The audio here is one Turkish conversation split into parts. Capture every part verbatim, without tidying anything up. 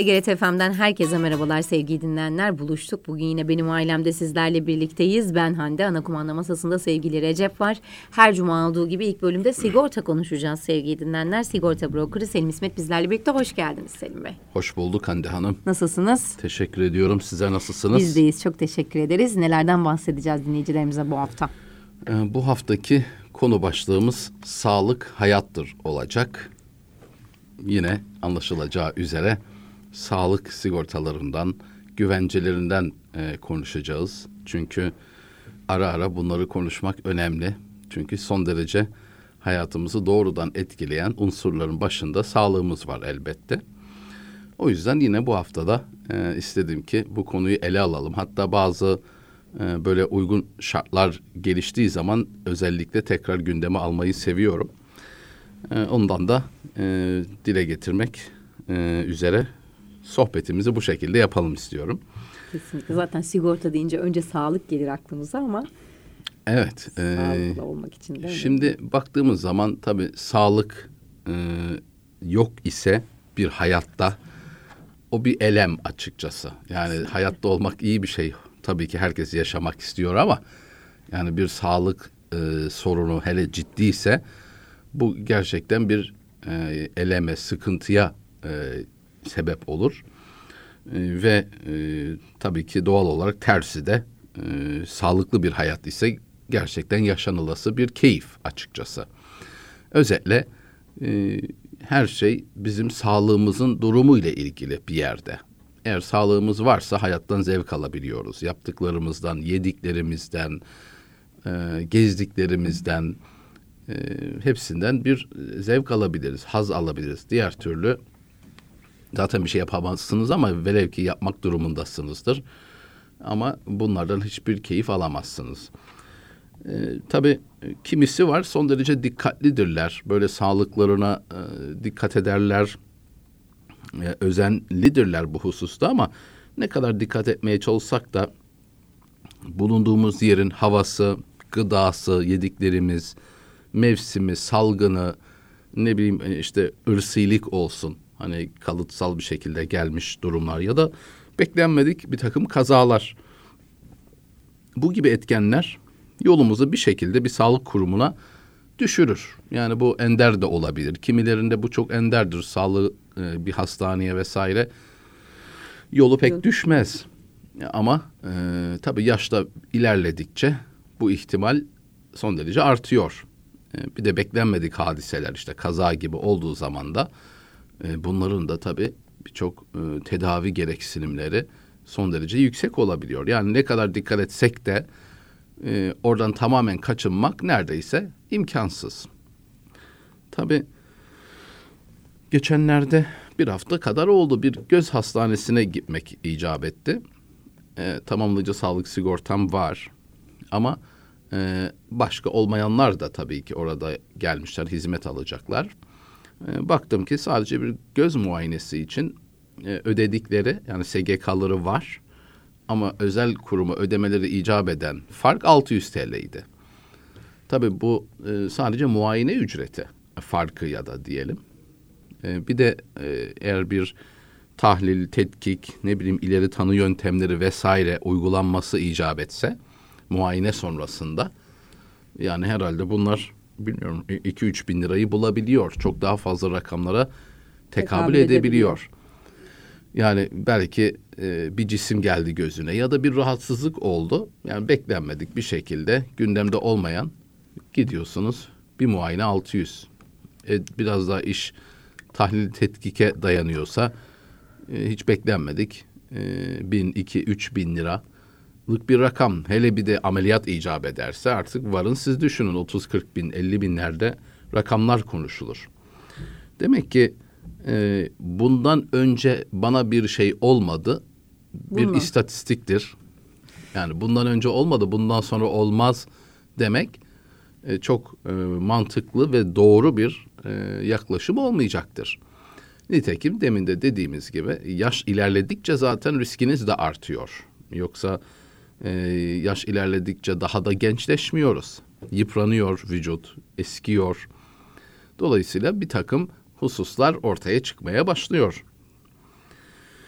Ege T F M'den herkese merhabalar sevgili dinleyenler. Buluştuk. Bugün yine benim ailemde sizlerle birlikteyiz. Ben Hande, ana kumanda masasında sevgili Recep var. Her cuma olduğu gibi ilk bölümde sigorta konuşacağız sevgili dinleyenler. Sigorta brokeri Selim İsmet bizlerle birlikte. Hoş geldiniz Selim Bey. Hoş bulduk Hande Hanım. Nasılsınız? Teşekkür ediyorum. Sizler nasılsınız? Bizdeyiz. Çok teşekkür ederiz. Nelerden bahsedeceğiz dinleyicilerimize bu hafta? Ee, bu haftaki konu başlığımız sağlık hayattır olacak. Yine anlaşılacağı üzere sağlık sigortalarından, güvencelerinden e, konuşacağız. Çünkü ara ara bunları konuşmak önemli. Çünkü son derece hayatımızı doğrudan etkileyen unsurların başında sağlığımız var elbette. O yüzden yine bu haftada e, istedim ki bu konuyu ele alalım. Hatta bazı e, böyle uygun şartlar geliştiği zaman özellikle tekrar gündeme almayı seviyorum. E, ondan da e, dile getirmek e, üzere sohbetimizi bu şekilde yapalım istiyorum. Kesinlikle. Zaten sigorta deyince önce sağlık gelir aklımıza ama evet. Sağlıklı e, olmak için de şimdi önemli. Baktığımız zaman tabii sağlık e, yok ise bir hayatta o bir elem açıkçası. Yani kesinlikle. Hayatta olmak iyi bir şey. Tabii ki herkes yaşamak istiyor ama yani bir sağlık e, sorunu hele ciddiyse bu gerçekten bir e, eleme, sıkıntıya e, sebep olur. E, ve e, tabii ki doğal olarak tersi de e, sağlıklı bir hayat ise gerçekten yaşanılası bir keyif açıkçası. Özetle e, her şey bizim sağlığımızın durumu ile ilgili bir yerde. Eğer sağlığımız varsa hayattan zevk alabiliyoruz. Yaptıklarımızdan, yediklerimizden, e, gezdiklerimizden, e, hepsinden bir zevk alabiliriz, haz alabiliriz. Diğer türlü zaten bir şey yapamazsınız ama velev ki yapmak durumundasınızdır. Ama bunlardan hiçbir keyif alamazsınız. E, tabii kimisi var son derece dikkatlidirler. Böyle sağlıklarına e, dikkat ederler. E, özenlidirler bu hususta ama ne kadar dikkat etmeye çalışsak da bulunduğumuz yerin havası, gıdası, yediklerimiz, mevsimi, salgını, ne bileyim işte ırsilik olsun. Hani kalıtsal bir şekilde gelmiş durumlar ya da beklenmedik bir takım kazalar. Bu gibi etkenler yolumuzu bir şekilde bir sağlık kurumuna düşürür. Yani bu ender de olabilir. Kimilerinde bu çok enderdir. Sağlığı e, bir hastaneye vesaire yolu pek evet. düşmez. Ama e, tabii yaşta ilerledikçe bu ihtimal son derece artıyor. E, bir de beklenmedik hadiseler işte kaza gibi olduğu zaman da e, bunların da tabii birçok e, tedavi gereksinimleri son derece yüksek olabiliyor. Yani ne kadar dikkat etsek de e, oradan tamamen kaçınmak neredeyse imkansız. Tabii geçenlerde bir hafta kadar oldu bir göz hastanesine gitmek icap etti. E, tamamlayıcı sağlık sigortam var ama e, başka olmayanlar da tabii ki orada gelmişler, hizmet alacaklar. E, baktım ki sadece bir göz muayenesi için e, ödedikleri yani S G K'ları var ama özel kuruma ödemeleri icap eden fark altı yüz T L'ydi. Tabii bu e, sadece muayene ücreti farkı ya da diyelim. E, bir de e, eğer bir tahlil, tetkik, ne bileyim ileri tanı yöntemleri vesaire uygulanması icap etse muayene sonrasında yani herhalde bunlar bilmiyorum iki üç bin lirayı bulabiliyor. Çok daha fazla rakamlara tekabül, tekabül edebiliyor. Yani belki e, bir cisim geldi gözüne ya da bir rahatsızlık oldu. Yani beklenmedik bir şekilde gündemde olmayan gidiyorsunuz bir muayene altı yüz. E, biraz daha iş tahlil tetkike dayanıyorsa e, hiç beklenmedik e, bin, iki, üç bin liralık bir rakam. Hele bir de ameliyat icap ederse artık varın siz düşünün otuz kırk bin, elli binlerde rakamlar konuşulur. Demek ki e, bundan önce bana bir şey olmadı bir Bunlar. istatistiktir. Yani bundan önce olmadı bundan sonra olmaz demek e, çok e, mantıklı ve doğru bir e, yaklaşım olmayacaktır. Nitekim demin de dediğimiz gibi yaş ilerledikçe zaten riskiniz de artıyor. Yoksa e, yaş ilerledikçe daha da gençleşmiyoruz. Yıpranıyor vücut, eskiyor. Dolayısıyla bir takım hususlar ortaya çıkmaya başlıyor.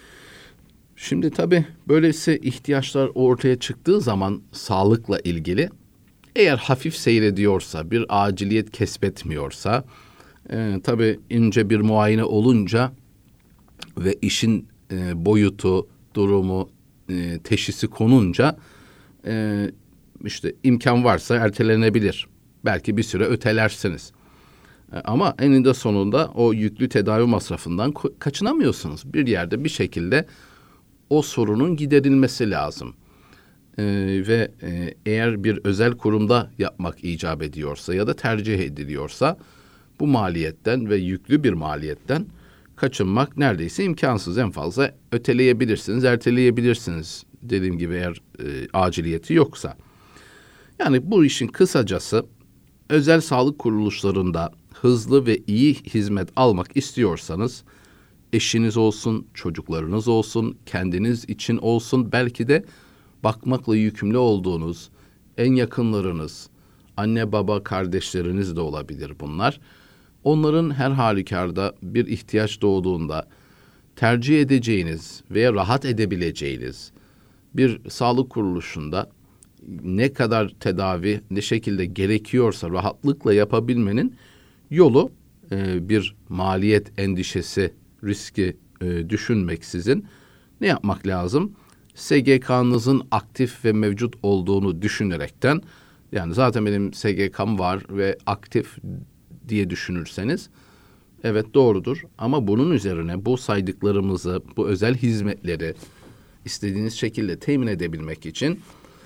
Şimdi tabii böylesi ihtiyaçlar ortaya çıktığı zaman sağlıkla ilgili, eğer hafif seyrediyorsa, bir aciliyet kesbetmiyorsa, e, tabii ince bir muayene olunca ve işin e, boyutu, durumu, e, teşhisi konunca e, işte imkan varsa ertelenebilir. Belki bir süre ötelersiniz. E, ama eninde sonunda o yüklü tedavi masrafından ko- kaçınamıyorsunuz. Bir yerde bir şekilde o sorunun giderilmesi lazım. Ee, ve e, eğer bir özel kurumda yapmak icap ediyorsa ya da tercih ediliyorsa, bu maliyetten ve yüklü bir maliyetten kaçınmak neredeyse imkansız. En fazla öteleyebilirsiniz, erteleyebilirsiniz. Dediğim gibi eğer e, aciliyeti yoksa. Yani bu işin kısacası, özel sağlık kuruluşlarında hızlı ve iyi hizmet almak istiyorsanız, eşiniz olsun, çocuklarınız olsun, kendiniz için olsun, belki de bakmakla yükümlü olduğunuz en yakınlarınız, anne baba kardeşleriniz de olabilir bunlar. Onların her halükarda bir ihtiyaç doğduğunda tercih edeceğiniz veya rahat edebileceğiniz bir sağlık kuruluşunda ne kadar tedavi, ne şekilde gerekiyorsa rahatlıkla yapabilmenin yolu e, bir maliyet endişesi, riski e, düşünmeksizin ne yapmak lazım? S G K'nızın aktif ve mevcut olduğunu düşünerekten, yani zaten benim S G K'm var ve aktif diye düşünürseniz, evet doğrudur. Ama bunun üzerine bu saydıklarımızı, bu özel hizmetleri istediğiniz şekilde temin edebilmek için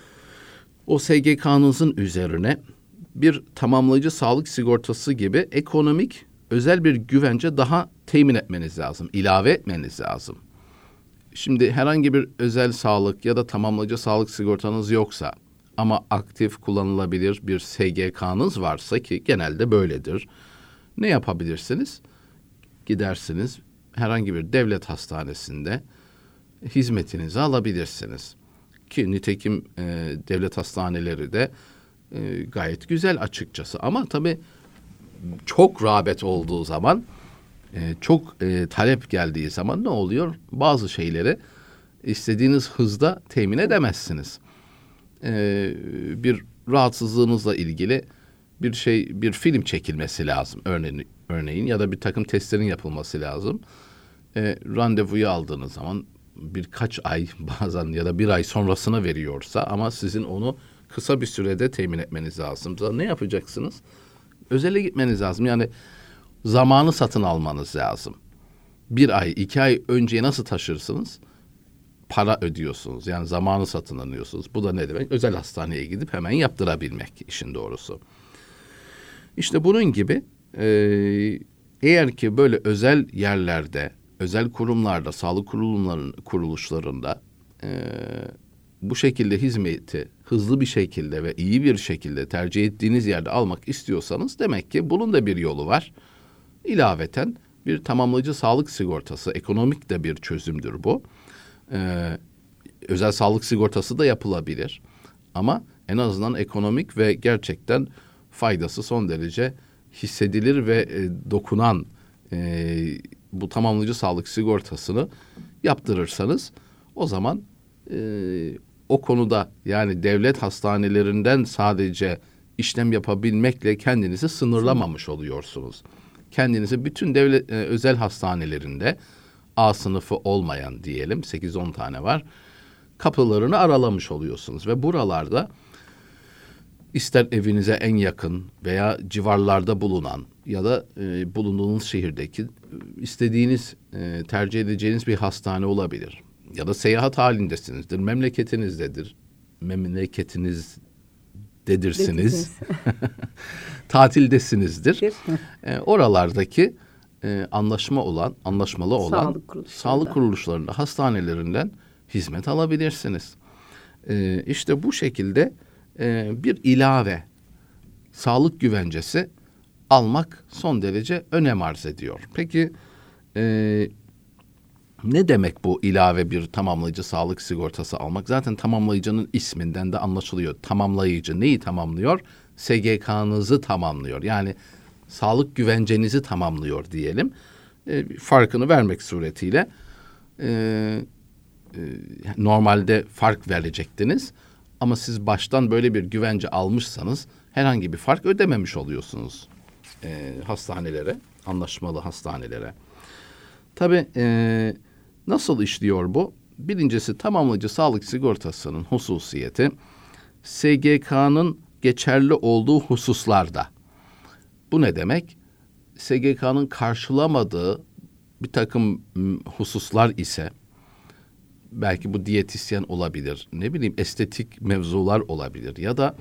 o S G K'nızın üzerine bir tamamlayıcı sağlık sigortası gibi ekonomik özel bir güvence daha temin etmeniz lazım, ilave etmeniz lazım. Şimdi herhangi bir özel sağlık ya da tamamlayıcı sağlık sigortanız yoksa ama aktif kullanılabilir bir S G K'nız varsa, ki genelde böyledir, ne yapabilirsiniz? Gidersiniz herhangi bir devlet hastanesinde hizmetinizi alabilirsiniz. Ki nitekim e, devlet hastaneleri de e, gayet güzel açıkçası. Ama tabii çok rağbet olduğu zaman, e, çok e, talep geldiği zaman ne oluyor? Bazı şeyleri istediğiniz hızda temin edemezsiniz. E, bir rahatsızlığınızla ilgili bir şey, bir film çekilmesi lazım örneğin, örneğin ya da bir takım testlerin yapılması lazım. E, randevuyu aldığınız zaman birkaç ay, bazen ya da bir ay sonrasına veriyorsa, ama sizin onu kısa bir sürede temin etmeniz lazım. Ne yapacaksınız? Özele gitmeniz lazım. Yani zamanı satın almanız lazım. Bir ay, iki ay önceye nasıl taşırsınız? Para ödüyorsunuz. Yani zamanı satın alıyorsunuz. Bu da ne demek? Özel hastaneye gidip hemen yaptırabilmek, işin doğrusu. İşte bunun gibi e, eğer ki böyle özel yerlerde, özel kurumlarda, sağlık kurulumların, kuruluşlarında e, bu şekilde hizmeti hızlı bir şekilde ve iyi bir şekilde tercih ettiğiniz yerde almak istiyorsanız, demek ki bunun da bir yolu var. İlaveten bir tamamlayıcı sağlık sigortası, ekonomik de bir çözümdür bu. Ee, özel sağlık sigortası da yapılabilir. Ama en azından ekonomik ve gerçekten faydası son derece hissedilir ve e, dokunan e, bu tamamlayıcı sağlık sigortasını yaptırırsanız, o zaman e, o konuda, yani devlet hastanelerinden sadece işlem yapabilmekle kendinizi sınırlamamış oluyorsunuz. Kendinizi bütün devlet e, özel hastanelerinde, A sınıfı olmayan diyelim, sekiz on tane var, kapılarını aralamış oluyorsunuz ve buralarda ister evinize en yakın veya civarlarda bulunan ya da e, bulunduğunuz şehirdeki istediğiniz, e, tercih edeceğiniz bir hastane olabilir. Ya da seyahat halindesinizdir, memleketinizdedir, memleketinizdedir'siniz, tatildesinizdir. e, oralardaki e, anlaşma olan, anlaşmalı olan Sağlık kuruluşlarında, sağlık kuruluşlarında, hastanelerinden hizmet alabilirsiniz. E, işte bu şekilde e, bir ilave sağlık güvencesi almak son derece önem arz ediyor. Peki e, ne demek bu ilave bir tamamlayıcı sağlık sigortası almak? Zaten tamamlayıcının isminden de anlaşılıyor. Tamamlayıcı neyi tamamlıyor? S G K'nızı tamamlıyor. Yani sağlık güvencenizi tamamlıyor diyelim. E, farkını vermek suretiyle. E, e, normalde fark verecektiniz. Ama siz baştan böyle bir güvence almışsanız herhangi bir fark ödememiş oluyorsunuz e, hastanelere, anlaşmalı hastanelere. Tabii e, nasıl işliyor bu? Birincisi, tamamlayıcı sağlık sigortasının hususiyeti S G K'nın geçerli olduğu hususlarda. Bu ne demek? S G K'nın karşılamadığı bir takım hususlar ise, belki bu diyetisyen olabilir, ne bileyim estetik mevzular olabilir ya da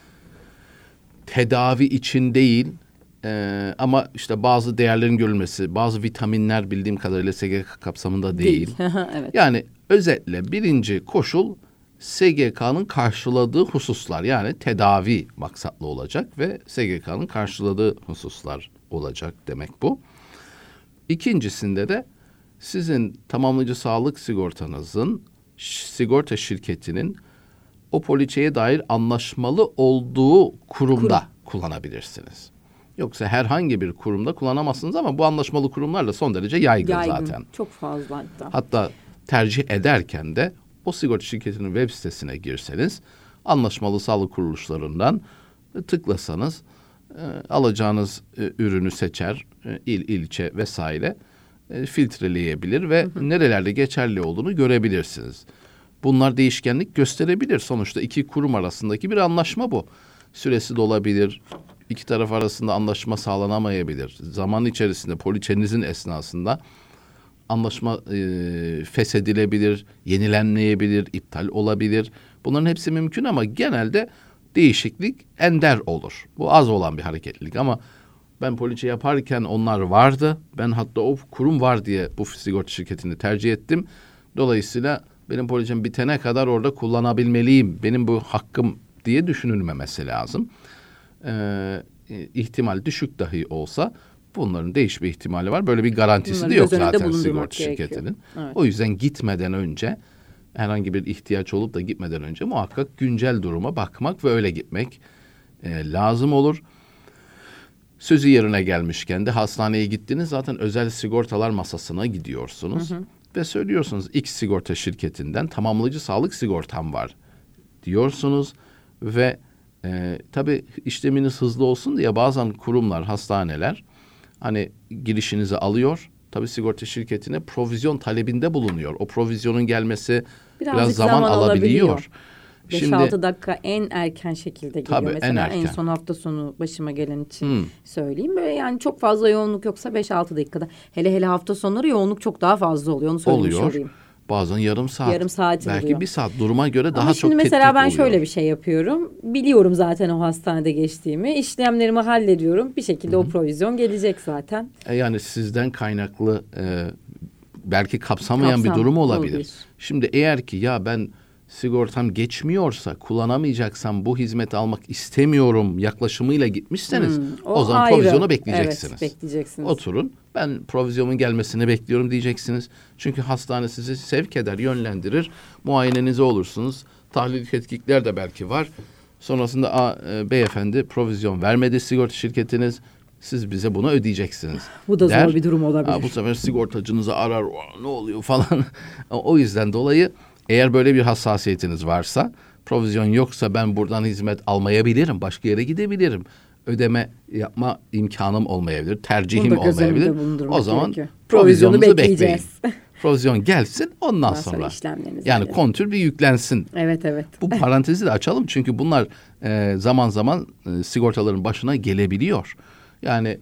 tedavi için değil e, ama işte bazı değerlerin görülmesi, bazı vitaminler bildiğim kadarıyla S G K kapsamında değil. Değil. Evet. Yani özetle birinci koşul S G K'nın karşıladığı hususlar, yani tedavi maksatlı olacak ve S G K'nın karşıladığı hususlar olacak demek bu. İkincisinde de sizin tamamlayıcı sağlık sigortanızın, sigorta şirketinin o poliçeye dair anlaşmalı olduğu kurumda Kurum. kullanabilirsiniz. Yoksa herhangi bir kurumda kullanamazsınız ama bu anlaşmalı kurumlarla son derece yaygın, yaygın. zaten. Çok fazla hatta. Hatta tercih ederken de o sigorta şirketinin web sitesine girseniz, anlaşmalı sağlık kuruluşlarından tıklasanız e, alacağınız e, ürünü seçer, e, il, ilçe vesaire e, filtreleyebilir ve hı hı. nerelerde geçerli olduğunu görebilirsiniz. Bunlar değişkenlik gösterebilir. Sonuçta iki kurum arasındaki bir anlaşma bu. Süresi de olabilir. İki taraf arasında anlaşma sağlanamayabilir. Zaman içerisinde poliçenizin esnasında anlaşma e, feshedilebilir, yenilenmeyebilir, iptal olabilir. Bunların hepsi mümkün ama genelde değişiklik ender olur. Bu az olan bir hareketlilik ama ben poliçe yaparken onlar vardı. Ben hatta o kurum var diye bu sigorta şirketini tercih ettim. Dolayısıyla benim poliçem bitene kadar orada kullanabilmeliyim. Benim bu hakkım diye düşünülmemesi lazım. Ee, ihtimal düşük dahi olsa bunların değişme ihtimali var. Böyle bir garantisi Bunları de yok zaten sigorta şirketinin. Evet. O yüzden gitmeden önce, herhangi bir ihtiyaç olup da gitmeden önce muhakkak güncel duruma bakmak ve öyle gitmek e, lazım olur. Sözü yerine gelmişken de hastaneye gittiniz, zaten özel sigortalar masasına gidiyorsunuz. Hı hı. Ve söylüyorsunuz X sigorta şirketinden tamamlayıcı sağlık sigortam var diyorsunuz ve e, tabii işleminiz hızlı olsun diye bazen kurumlar, hastaneler hani girişinizi alıyor. Tabii sigorta şirketine provizyon talebinde bulunuyor. O provizyonun gelmesi Birazcık biraz zaman, zaman alabiliyor. beş altı dakika en erken şekilde geliyor. Tabii, mesela en, en son hafta sonu başıma gelen için hmm. söyleyeyim. Böyle yani çok fazla yoğunluk yoksa beş altı dakikada. Hele hele hafta sonları yoğunluk çok daha fazla oluyor. Onu söylemiş oluyor. olayım. Bazen yarım saat. Yarım saat belki oluyor. bir saat, duruma göre daha Ama çok tetkik oluyor. Şimdi mesela ben oluyor. şöyle bir şey yapıyorum. Biliyorum zaten o hastanede geçtiğimi. İşlemlerimi hallediyorum. Bir şekilde Hı-hı. o provizyon gelecek zaten. E yani sizden kaynaklı e, belki kapsamayan Kapsam, bir durum olabilir. olabilir. Şimdi eğer ki ya ben sigortam geçmiyorsa, kullanamayacaksam, bu hizmeti almak istemiyorum yaklaşımıyla gitmişseniz hmm, o, o zaman ayrı. provizyonu bekleyeceksiniz. Evet, bekleyeceksiniz. Oturun, ben provizyonumun gelmesini bekliyorum diyeceksiniz. Çünkü hastane sizi sevk eder, yönlendirir. Muayenenize olursunuz. Tahlil tetkikler de belki var. Sonrasında a, e, beyefendi provizyon vermedi sigorta şirketiniz. Siz bize bunu ödeyeceksiniz. Bu da der. zor bir durum olabilir. A, bu sefer sigortacınızı arar, ne oluyor falan. O yüzden dolayı eğer böyle bir hassasiyetiniz varsa, provizyon yoksa ben buradan hizmet almayabilirim, başka yere gidebilirim. Ödeme yapma imkanım olmayabilir, tercihim olmayabilir. O zaman provizyonunuzu bekleyin. Provizyon gelsin, ondan sonra, sonra işlemleriniz yani kontür bir yüklensin. Evet evet. Bu parantezi de açalım çünkü bunlar e, zaman zaman e, sigortaların başına gelebiliyor. Yani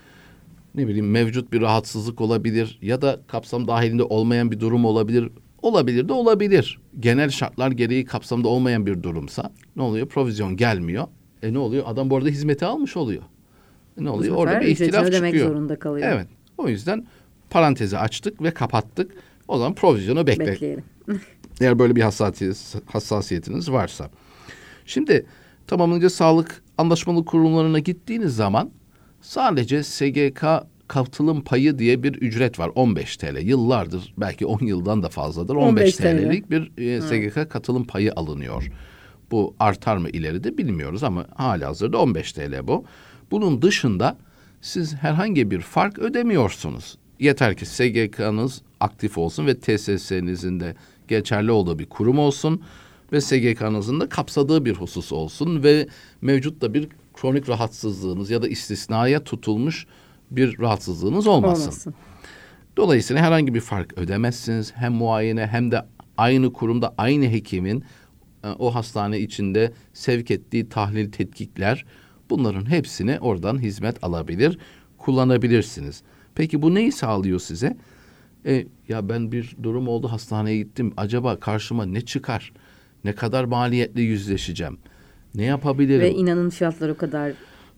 ne bileyim mevcut bir rahatsızlık olabilir ya da kapsam dahilinde olmayan bir durum olabilir. Olabilir de olabilir. Genel şartlar gereği kapsamda olmayan bir durumsa ne oluyor? Provizyon gelmiyor. E ne oluyor? Adam bu arada hizmeti almış oluyor. E ne oluyor? Orada bir ihtilaf çıkıyor. Ödemek zorunda kalıyor. Evet. O yüzden parantezi açtık ve kapattık. O zaman provizyonu bekle. bekleyelim. Eğer böyle bir hassasiyet, hassasiyetiniz varsa. Şimdi tamamlayıcı sağlık anlaşmalı kurumlarına gittiğiniz zaman sadece S G K katılım payı diye bir ücret var. on beş TL. Yıllardır, belki on yıldan da fazladır. on beş TL'lik bir e, S G K katılım payı alınıyor. Bu artar mı ileride bilmiyoruz ama halihazırda on beş TL bu. Bunun dışında siz herhangi bir fark ödemiyorsunuz. Yeter ki S G K'nız aktif olsun ve T S S'nizin de geçerli olduğu bir kurum olsun ve S G K'nızın da kapsadığı bir husus olsun ve mevcut da bir kronik rahatsızlığınız ya da istisnaya tutulmuş bir rahatsızlığınız olmasın. olmasın. Dolayısıyla herhangi bir fark ödemezsiniz. Hem muayene hem de aynı kurumda aynı hekimin e, o hastane içinde sevk ettiği tahlil, tetkikler, bunların hepsini oradan hizmet alabilir, kullanabilirsiniz. Peki bu neyi sağlıyor size? E, ya ben bir durum oldu, hastaneye gittim. Acaba karşıma ne çıkar? Ne kadar maliyetle yüzleşeceğim? Ne yapabilirim? Ve inanın fiyatlar o kadar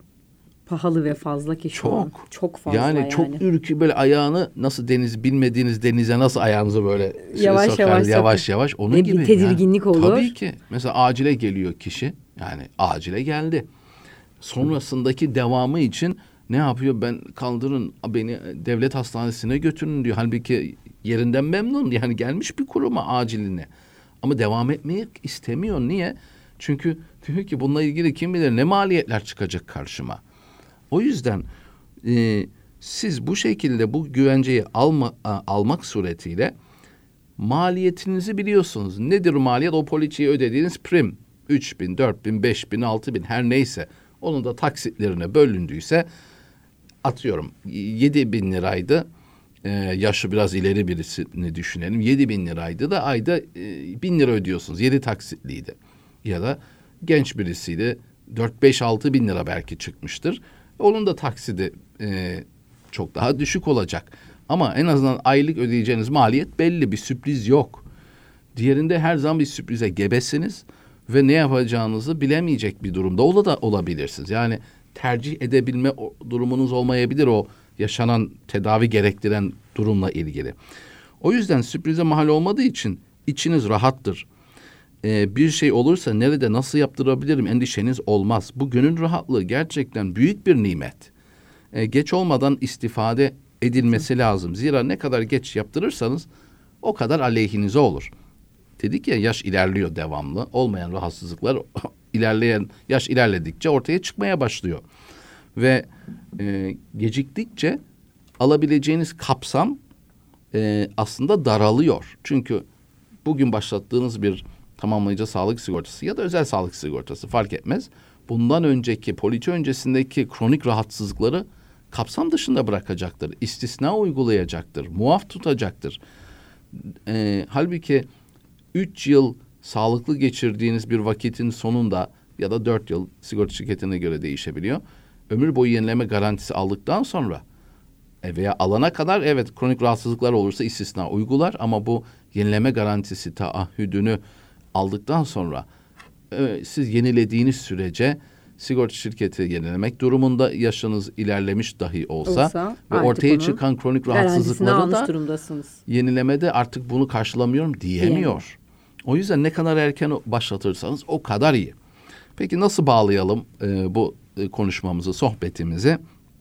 pahalı ve fazla ki şu çok, an. Çok fazla yani. Yani çok ürkü, böyle ayağını nasıl deniz bilmediğiniz denize nasıl ayağınızı böyle yavaş sokar, yavaş yavaş yavaş onun ve gibi. Bir tedirginlik yani, olur. Tabii ki. Mesela acile geliyor kişi. Yani acile geldi. Sonrasındaki devamı için ne yapıyor? Ben kaldırın beni devlet hastanesine götürün diyor. Halbuki yerinden memnun. Yani gelmiş bir kuruma aciline. Ama devam etmeyi istemiyor. Niye? Çünkü diyor ki bununla ilgili kim bilir ne maliyetler çıkacak karşıma. O yüzden e, siz bu şekilde bu güvenceyi alma, a, almak suretiyle maliyetinizi biliyorsunuz. Nedir maliyet? O poliçeyi ödediğiniz prim. Üç bin, dört bin, beş bin, altı bin her neyse. Onun da taksitlerine bölündüyse atıyorum yedi bin liraydı. Ee, yaşı biraz ileri birisini düşünelim. Yedi bin liraydı da ayda e, bin lira ödüyorsunuz. Yedi taksitliydi. Ya da genç birisiydi. Dört, beş, altı bin lira belki çıkmıştır. Onun da taksidi e, çok daha düşük olacak. Ama en azından aylık ödeyeceğiniz maliyet belli. Bir sürpriz yok. Diğerinde her zaman bir sürprize gebesiniz ve ne yapacağınızı bilemeyecek bir durumda ola da olabilirsiniz. Yani tercih edebilme durumunuz olmayabilir o yaşanan, tedavi gerektiren durumla ilgili. O yüzden sürprize mahal olmadığı için içiniz rahattır. Ee, bir şey olursa nerede nasıl yaptırabilirim endişeniz olmaz. Bu gönül rahatlığı gerçekten büyük bir nimet. Ee, geç olmadan istifade edilmesi lazım. Zira ne kadar geç yaptırırsanız o kadar aleyhinize olur. Dedik ya, yaş ilerliyor devamlı. Olmayan rahatsızlıklar ilerleyen yaş ilerledikçe ortaya çıkmaya başlıyor. Ve e, geciktikçe alabileceğiniz kapsam e, aslında daralıyor. Çünkü bugün başlattığınız bir tamamlayıcı sağlık sigortası ya da özel sağlık sigortası fark etmez. Bundan önceki, poliçe öncesindeki kronik rahatsızlıkları kapsam dışında bırakacaktır. İstisna uygulayacaktır. Muaf tutacaktır. E, halbuki üç yıl sağlıklı geçirdiğiniz bir vakitin sonunda ya da dört yıl, sigorta şirketine göre değişebiliyor. Ömür boyu yenileme garantisi aldıktan sonra e, veya alana kadar evet kronik rahatsızlıklar olursa istisna uygular ama bu yenileme garantisi taahhüdünü aldıktan sonra e, siz yenilediğiniz sürece sigorta şirketi yenilemek durumunda, yaşınız ilerlemiş dahi olsa, olsa ve ortaya çıkan kronik rahatsızlıkları da yenilemede artık bunu karşılamıyorum diyemiyor. Diyemiyor. O yüzden ne kadar erken başlatırsanız o kadar iyi. Peki nasıl bağlayalım e, bu e, konuşmamızı, sohbetimizi?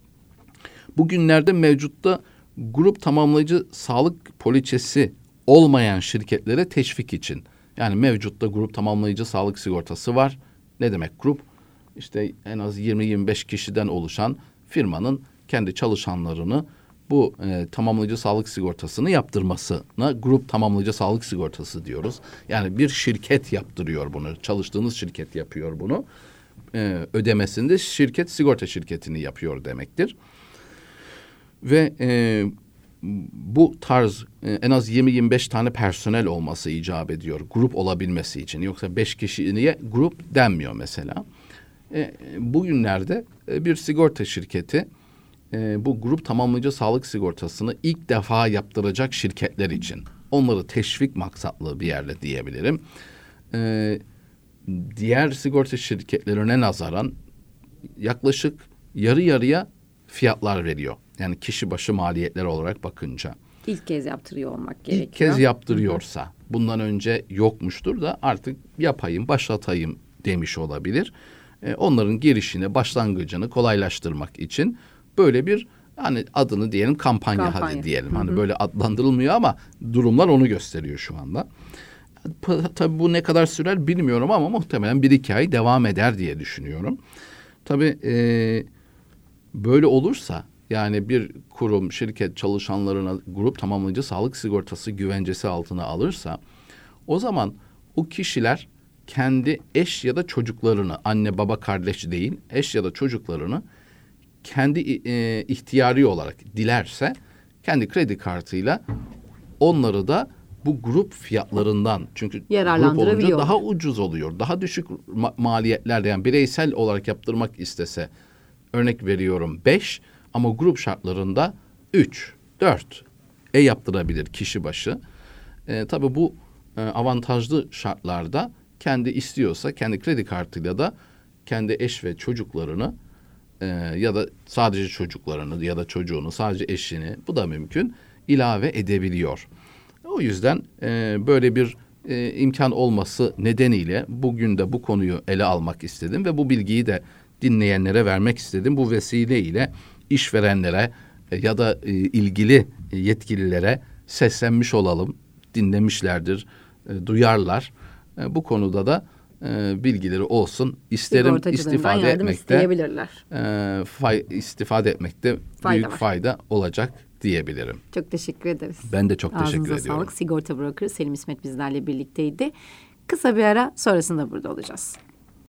Bugünlerde mevcutta grup tamamlayıcı sağlık poliçesi olmayan şirketlere teşvik için. Yani mevcutta grup tamamlayıcı sağlık sigortası var. Ne demek grup? İşte en az yirmi yirmi beş kişiden oluşan firmanın kendi çalışanlarını bu e, tamamlayıcı sağlık sigortasını yaptırmasına grup tamamlayıcı sağlık sigortası diyoruz. Yani bir şirket yaptırıyor bunu. Çalıştığınız şirket yapıyor bunu. E, ödemesinde şirket sigorta şirketini yapıyor demektir. Ve e, bu tarz e, en az yirmi yirmi beş tane personel olması icap ediyor grup olabilmesi için. Yoksa beş kişiye grup denmiyor mesela. E, bugünlerde e, bir sigorta şirketi e, bu grup tamamlayıcı sağlık sigortasını ilk defa yaptıracak şirketler için. Onları teşvik maksatlı bir yerle diyebilirim. E, diğer sigorta şirketlerine nazaran yaklaşık yarı yarıya fiyatlar veriyor. Yani kişi başı maliyetler olarak bakınca. İlk kez yaptırıyor olmak gerekiyor. İlk kez yaptırıyorsa, hı hı. bundan önce yokmuştur da artık yapayım, başlatayım demiş olabilir. Ee, onların girişini, başlangıcını kolaylaştırmak için böyle bir, hani adını diyelim kampanya, kampanya. hadi diyelim. Hı hı. Hani böyle adlandırılmıyor ama durumlar onu gösteriyor şu anda. Tabii bu ne kadar sürer bilmiyorum ama muhtemelen bir iki ay devam eder diye düşünüyorum. Tabii e, böyle olursa, yani bir kurum, şirket çalışanlarına grup tamamlayıcı sağlık sigortası güvencesi altına alırsa O zaman o kişiler kendi eş ya da çocuklarını, anne baba kardeş değil, eş ya da çocuklarını kendi e, ihtiyari olarak dilerse kendi kredi kartıyla onları da bu grup fiyatlarından, çünkü grup olunca daha ucuz oluyor. Daha düşük ma- maliyetlerde, yani bireysel olarak yaptırmak istese örnek veriyorum beş ama grup şartlarında üç, dört e yaptırabilir kişi başı. E, tabii bu e, avantajlı şartlarda kendi istiyorsa kendi kredi kartıyla da kendi eş ve çocuklarını e, ya da sadece çocuklarını ya da çocuğunu, sadece eşini, bu da mümkün, ilave edebiliyor. O yüzden e, böyle bir e, imkan olması nedeniyle bugün de bu konuyu ele almak istedim ve bu bilgiyi de dinleyenlere vermek istedim. Bu vesileyle işverenlere e, ya da e, ilgili yetkililere seslenmiş olalım. Dinlemişlerdir, e, duyarlar. E, bu konuda da e, bilgileri olsun. İsterim istifade etmekte, e, fay, istifade etmekte fayda büyük var. Fayda olacak diyebilirim. Çok teşekkür ederiz. Ben de çok Ağzınıza teşekkür ediyorum. sağlık. Sigorta brokeri Selim İsmet bizlerle birlikteydi. Kısa bir ara, sonrasında burada olacağız.